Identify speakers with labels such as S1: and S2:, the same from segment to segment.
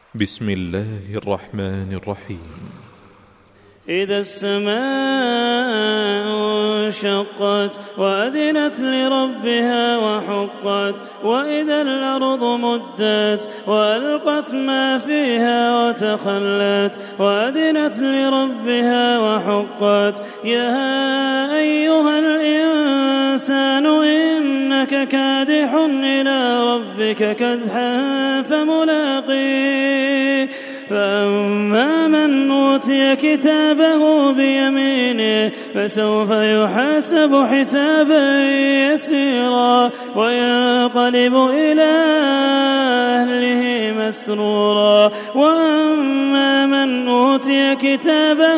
S1: بسم الله الرحمن الرحيم.
S2: إذا السماء انشقت وأذنت لربها وحقت وإذا الأرض مدت وألقت ما فيها وتخلت وأذنت لربها وحقت يا أيها الإنسان إنك كادح إلى ربك كدحا فملاقيه فأما من أوتي كتابه بيمينه فسوف يحاسب حسابا يسيرا وينقلب إلى أهله مسرورا وأما من أوتي كتابه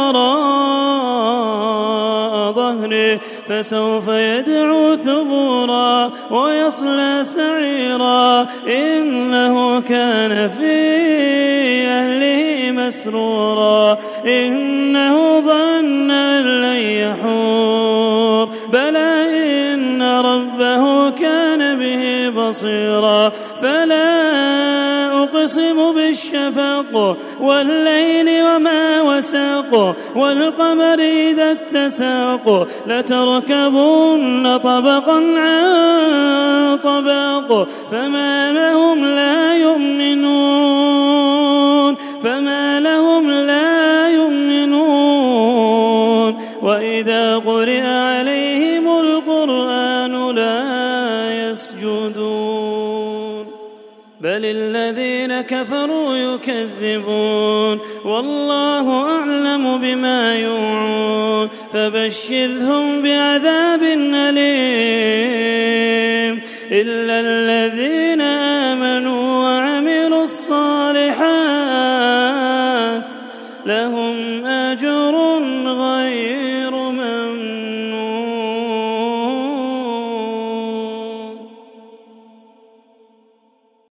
S2: وراء ظهره فسوف يدعو ثبورا ويصلى سعيرا إنه كان في أهله مسرورا إنه ظن أن لن يحور بلى إن ربه كان به بصيرا فلا أقسم بالشفق والليل وما وسق والقمر إذا اتساق لتركبن طبقا عن طبق فما لهم لا يؤمنون وإذا قرئ عليهم القرآن لا يسجدون بل الذين كفروا يكذبون والله أعلم بما يوعون فبشرهم بعذاب أليم إلا الذين آمنوا وعملوا الصالحات لهم